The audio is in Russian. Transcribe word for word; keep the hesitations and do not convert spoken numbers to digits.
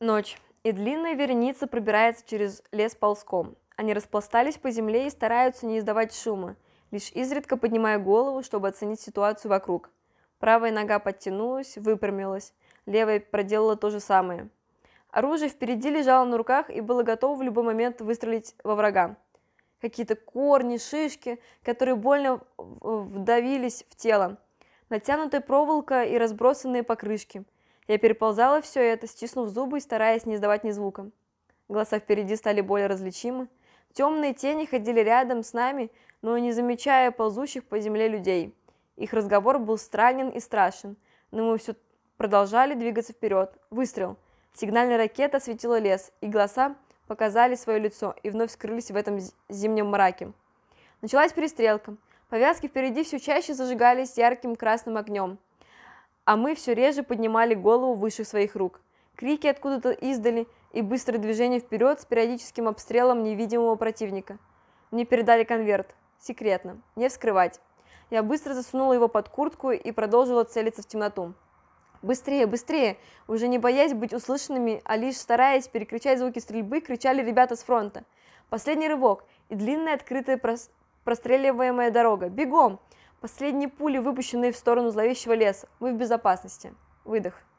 Ночь, и длинная вереница пробирается через лес ползком. Они распластались по земле и стараются не издавать шума, лишь изредка поднимая голову, чтобы оценить ситуацию вокруг. Правая нога подтянулась, выпрямилась, левая проделала то же самое. Оружие впереди лежало на руках и было готово в любой момент выстрелить во врага. Какие-то корни, шишки, которые больно вдавились в тело, натянутая проволока и разбросанные покрышки. Я переползала все это, стиснув зубы и стараясь не издавать ни звука. Голоса впереди стали более различимы. Темные тени ходили рядом с нами, но не замечая ползущих по земле людей. Их разговор был странен и страшен, но мы все продолжали двигаться вперед. Выстрел. Сигнальная ракета осветила лес, и голоса показали свое лицо и вновь скрылись в этом зимнем мраке. Началась перестрелка. Повязки впереди все чаще зажигались ярким красным огнем, а мы все реже поднимали голову выше своих рук. Крики откуда-то издали и быстрое движение вперед с периодическим обстрелом невидимого противника. Мне передали конверт. Секретно. Не вскрывать. Я быстро засунула его под куртку и продолжила целиться в темноту. «Быстрее, быстрее!» Уже не боясь быть услышанными, а лишь стараясь перекричать звуки стрельбы, кричали ребята с фронта. Последний рывок и длинная открытая прос... простреливаемая дорога. «Бегом!» Последние пули, выпущенные в сторону зловещего леса. Мы в безопасности. Выдох.